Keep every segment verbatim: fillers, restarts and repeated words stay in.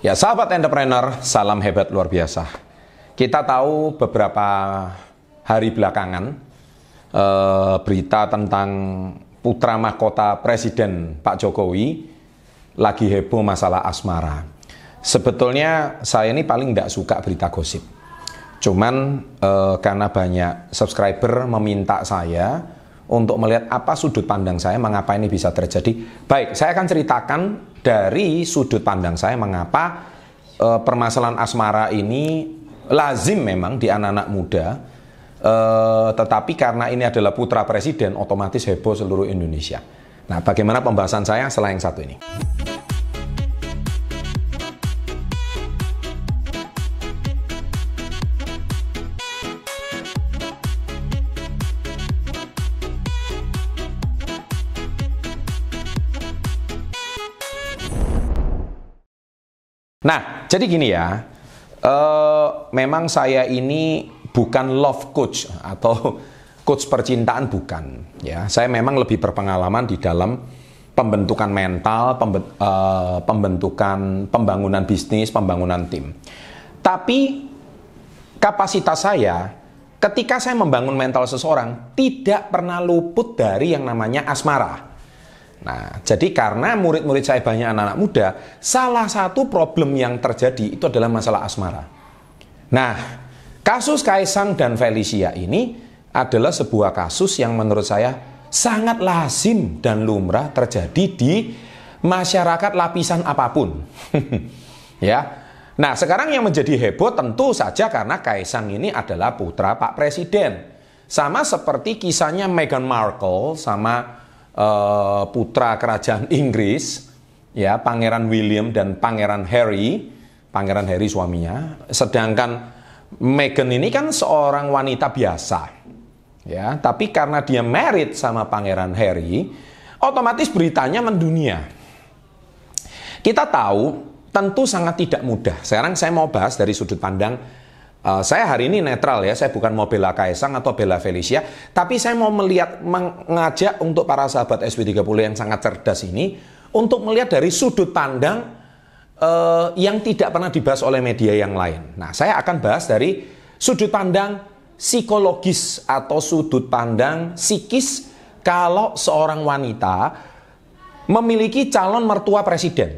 Ya, sahabat entrepreneur, salam hebat luar biasa. Kita tahu beberapa hari belakangan eh, berita tentang putra mahkota Presiden Pak Jokowi lagi heboh masalah asmara. Sebetulnya saya ini paling tidak suka berita gosip. Cuman eh, karena banyak subscriber meminta saya untuk melihat apa sudut pandang saya mengapa ini bisa terjadi. Baik, saya akan ceritakan dari sudut pandang saya mengapa e, permasalahan asmara ini lazim memang di anak-anak muda, e, tetapi karena ini adalah putra presiden otomatis heboh seluruh Indonesia. Nah, bagaimana pembahasan saya setelah yang satu ini? Nah, jadi gini ya, uh, memang saya ini bukan love coach atau coach percintaan, bukan. Ya, saya memang lebih berpengalaman di dalam pembentukan mental, pembet, uh, pembentukan pembangunan bisnis, pembangunan tim. Tapi kapasitas saya, ketika saya membangun mental seseorang, tidak pernah luput dari yang namanya asmara. Nah, jadi karena murid-murid saya banyak anak-anak muda, salah satu problem yang terjadi itu adalah masalah asmara. Nah, kasus Kaisang dan Felicia ini adalah sebuah kasus yang menurut saya sangat lazim dan lumrah terjadi di masyarakat lapisan apapun. Ya. Nah, sekarang yang menjadi heboh tentu saja karena Kaisang ini adalah putra Pak Presiden. Sama seperti kisahnya Meghan Markle sama Uh, putra kerajaan Inggris, ya, Pangeran William dan Pangeran Harry, Pangeran Harry suaminya. Sedangkan Meghan ini kan seorang wanita biasa, ya, tapi karena dia married sama Pangeran Harry, otomatis beritanya mendunia. Kita tahu tentu sangat tidak mudah. Sekarang saya mau bahas dari sudut pandang. Uh, saya hari ini netral ya, saya bukan mau bela Kaisang atau bela Felicia, tapi saya mau melihat, mengajak untuk para sahabat S W tiga puluh yang sangat cerdas ini, untuk melihat dari sudut pandang uh, yang tidak pernah dibahas oleh media yang lain. Nah, saya akan bahas dari sudut pandang psikologis atau sudut pandang psikis kalau seorang wanita memiliki calon mertua presiden.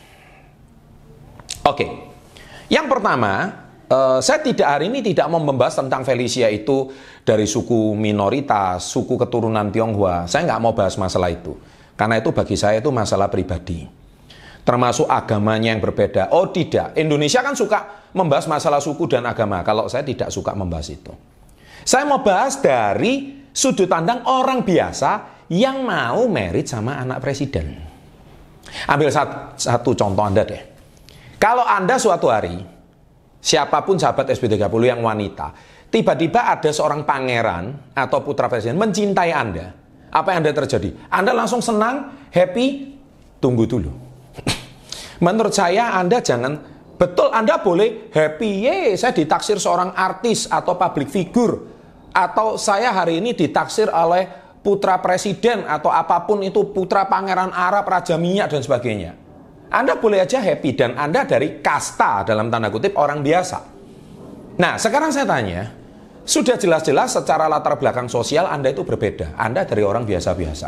Oke, yang pertama, Uh, saya tidak hari ini tidak mau membahas tentang Felicia itu dari suku minoritas, suku keturunan Tionghoa. Saya nggak mau bahas masalah itu. Karena itu bagi saya itu masalah pribadi. Termasuk agamanya yang berbeda. Oh tidak, Indonesia kan suka membahas masalah suku dan agama. Kalau saya tidak suka membahas itu. Saya mau bahas dari sudut pandang orang biasa yang mau married sama anak presiden. Ambil satu, satu contoh Anda deh. Kalau Anda suatu hari, siapapun sahabat S W tiga puluh yang wanita, tiba-tiba ada seorang pangeran atau putra presiden mencintai Anda. Apa yang Anda terjadi? Anda langsung senang, happy, tunggu dulu. Menurut saya Anda jangan, betul Anda boleh happy, ye, saya ditaksir seorang artis atau public figure, atau saya hari ini ditaksir oleh putra presiden atau apapun itu, putra pangeran Arab, raja minyak dan sebagainya. Anda boleh aja happy dan Anda dari kasta dalam tanda kutip orang biasa. Nah, sekarang saya tanya, sudah jelas-jelas secara latar belakang sosial Anda itu berbeda. Anda dari orang biasa-biasa.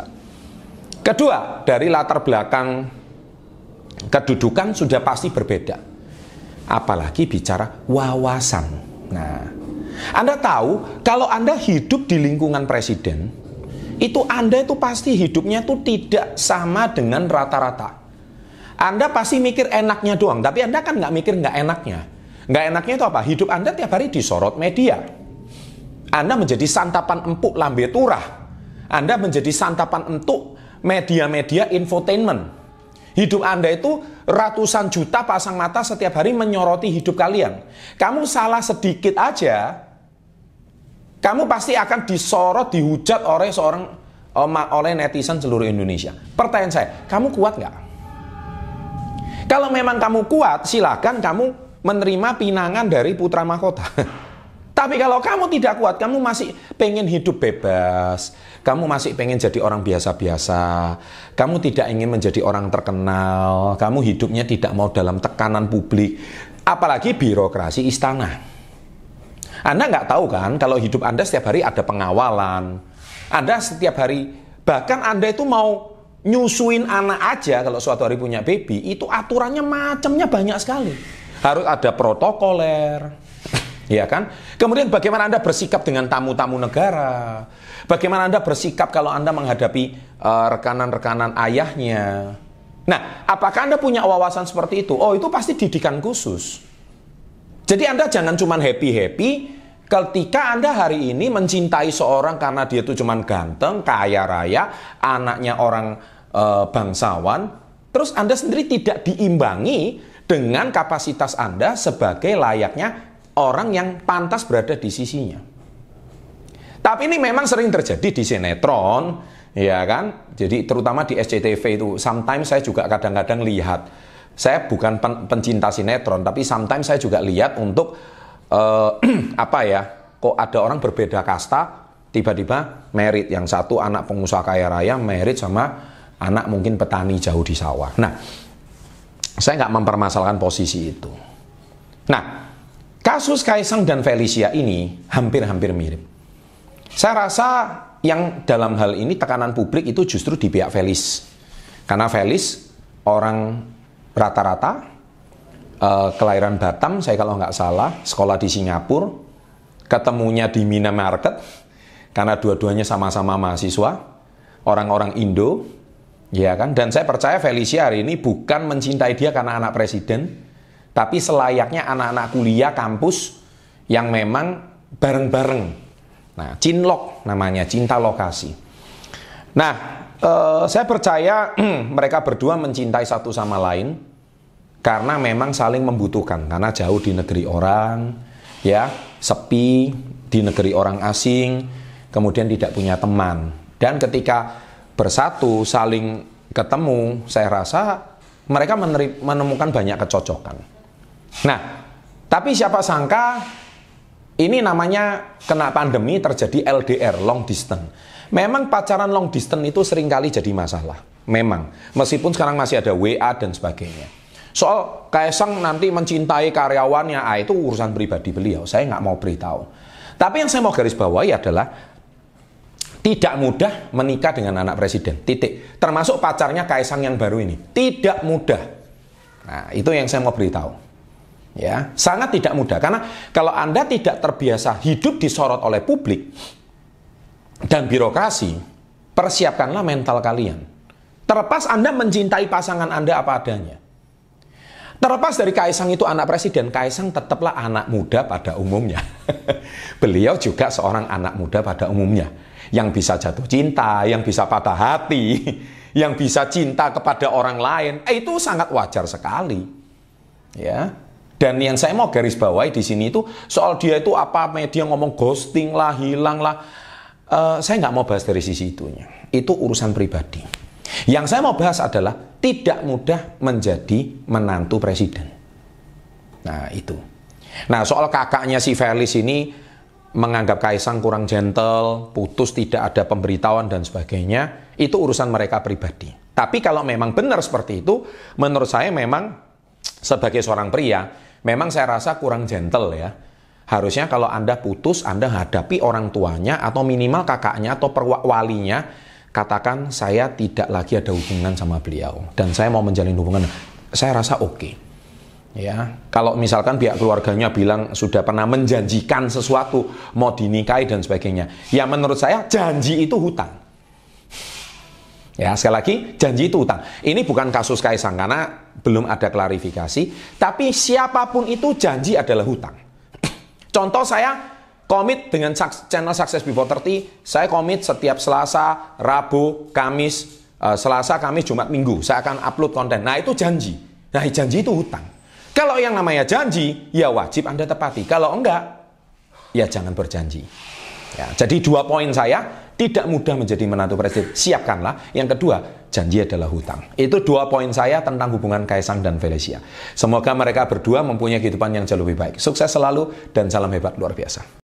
Kedua, dari latar belakang kedudukan sudah pasti berbeda. Apalagi bicara wawasan. Nah, Anda tahu kalau Anda hidup di lingkungan presiden, itu Anda itu pasti hidupnya itu tidak sama dengan rata-rata. Anda pasti mikir enaknya doang, tapi Anda kan nggak mikir nggak enaknya. Nggak enaknya itu apa? Hidup Anda tiap hari disorot media. Anda menjadi santapan empuk lambe turah. Anda menjadi santapan empuk media-media infotainment. Hidup Anda itu ratusan juta pasang mata setiap hari menyoroti hidup kalian. Kamu salah sedikit aja, kamu pasti akan disorot, dihujat oleh seorang oleh netizen seluruh Indonesia. Pertanyaan saya, kamu kuat nggak? Kalau memang kamu kuat, silakan kamu menerima pinangan dari putra mahkota. Tapi kalau kamu tidak kuat, kamu masih pengen hidup bebas, kamu masih pengen jadi orang biasa-biasa, kamu tidak ingin menjadi orang terkenal, kamu hidupnya tidak mau dalam tekanan publik, apalagi birokrasi istana. Anda nggak tahu kan, kalau hidup Anda setiap hari ada pengawalan, Anda setiap hari, bahkan Anda itu mau nyusuin anak aja, kalau suatu hari punya baby, itu aturannya macamnya banyak sekali. Harus ada protokoler, ya kan? Kemudian bagaimana Anda bersikap dengan tamu-tamu negara? Bagaimana Anda bersikap kalau Anda menghadapi uh, rekanan-rekanan ayahnya? Nah, apakah Anda punya wawasan seperti itu? Oh, itu pasti didikan khusus. Jadi Anda jangan cuma happy-happy ketika Anda hari ini mencintai seorang karena dia itu cuma ganteng, kaya raya, anaknya orang uh, bangsawan, terus Anda sendiri tidak diimbangi dengan kapasitas Anda sebagai layaknya orang yang pantas berada di sisinya. Tapi ini memang sering terjadi di sinetron, ya kan? Jadi terutama di S C T V itu, sometimes saya juga kadang-kadang lihat. Saya bukan pen pencinta sinetron, tapi sometimes saya juga lihat untuk uh, apa ya? Kok ada orang berbeda kasta, tiba-tiba married, yang satu anak pengusaha kaya raya married sama anak mungkin petani jauh di sawah. Nah, saya nggak mempermasalahkan posisi itu. Nah, kasus Kaisang dan Felicia ini hampir-hampir mirip. Saya rasa yang dalam hal ini tekanan publik itu justru di pihak Felis. Karena Felis orang rata-rata uh, kelahiran Batam, saya kalau nggak salah, sekolah di Singapura, ketemunya di Minimarket, karena dua-duanya sama-sama mahasiswa, orang-orang Indo, ya kan? Dan saya percaya Felicia hari ini bukan mencintai dia karena anak presiden, tapi selayaknya anak-anak kuliah kampus yang memang bareng-bareng. Nah, cinlok namanya, cinta lokasi. Nah, eh, saya percaya mereka berdua mencintai satu sama lain karena memang saling membutuhkan. Karena jauh di negeri orang, ya, sepi di negeri orang asing, kemudian tidak punya teman. Dan ketika bersatu, saling ketemu, saya rasa mereka menemukan banyak kecocokan. Nah, tapi siapa sangka ini namanya kena pandemi terjadi L D R, long distance. Memang pacaran long distance itu seringkali jadi masalah. Memang, meskipun sekarang masih ada W A dan sebagainya. Soal Kaisang nanti mencintai karyawannya, ah, itu urusan pribadi beliau. Saya nggak mau beritahu. Tapi yang saya mau garis bawahi adalah tidak mudah menikah dengan anak presiden. Titik. Termasuk pacarnya Kaisang yang baru ini. Tidak mudah. Nah, itu yang saya mau beritahu. Ya, sangat tidak mudah karena kalau Anda tidak terbiasa hidup disorot oleh publik dan birokrasi, persiapkanlah mental kalian. Terlepas Anda mencintai pasangan Anda apa adanya. Terlepas dari Kaisang itu anak presiden, Kaisang tetaplah anak muda pada umumnya. Beliau juga seorang anak muda pada umumnya yang bisa jatuh cinta, yang bisa patah hati, yang bisa cinta kepada orang lain. Eh, itu sangat wajar sekali. Ya. Dan yang saya mau garis bawahi di sini itu soal dia itu apa media ngomong ghosting lah, hilang lah. Uh, saya nggak mau bahas dari sisi itunya. Itu urusan pribadi. Yang saya mau bahas adalah tidak mudah menjadi menantu presiden. Nah itu. Nah soal kakaknya si Felis ini menganggap Kaisang kurang gentle, putus tidak ada pemberitahuan dan sebagainya, itu urusan mereka pribadi. Tapi kalau memang benar seperti itu, menurut saya memang sebagai seorang pria, memang saya rasa kurang gentle ya. Harusnya kalau Anda putus, Anda hadapi orang tuanya atau minimal kakaknya atau perwalinya, katakan saya tidak lagi ada hubungan sama beliau dan saya mau menjalin hubungan. Saya rasa oke. Okay. Ya, kalau misalkan pihak keluarganya bilang sudah pernah menjanjikan sesuatu mau dinikahi dan sebagainya, ya menurut saya janji itu hutang. Ya, sekali lagi janji itu hutang. Ini bukan kasus Kaisang karena belum ada klarifikasi, tapi siapapun itu janji adalah hutang. Contoh saya komit dengan channel Success Before tiga puluh, saya komit setiap Selasa, Rabu, Kamis, uh, Selasa, Kamis, Jumat, Minggu, saya akan upload konten. Nah itu janji. Nah janji itu hutang. Kalau yang namanya janji, ya wajib Anda tepati. Kalau enggak, ya jangan berjanji. Ya, jadi dua poin saya, tidak mudah menjadi menantu presiden. Siapkanlah. Yang kedua, janji adalah hutang. Itu dua poin saya tentang hubungan Kaisang dan Felicia. Semoga mereka berdua mempunyai kehidupan yang jauh lebih baik. Sukses selalu dan salam hebat luar biasa.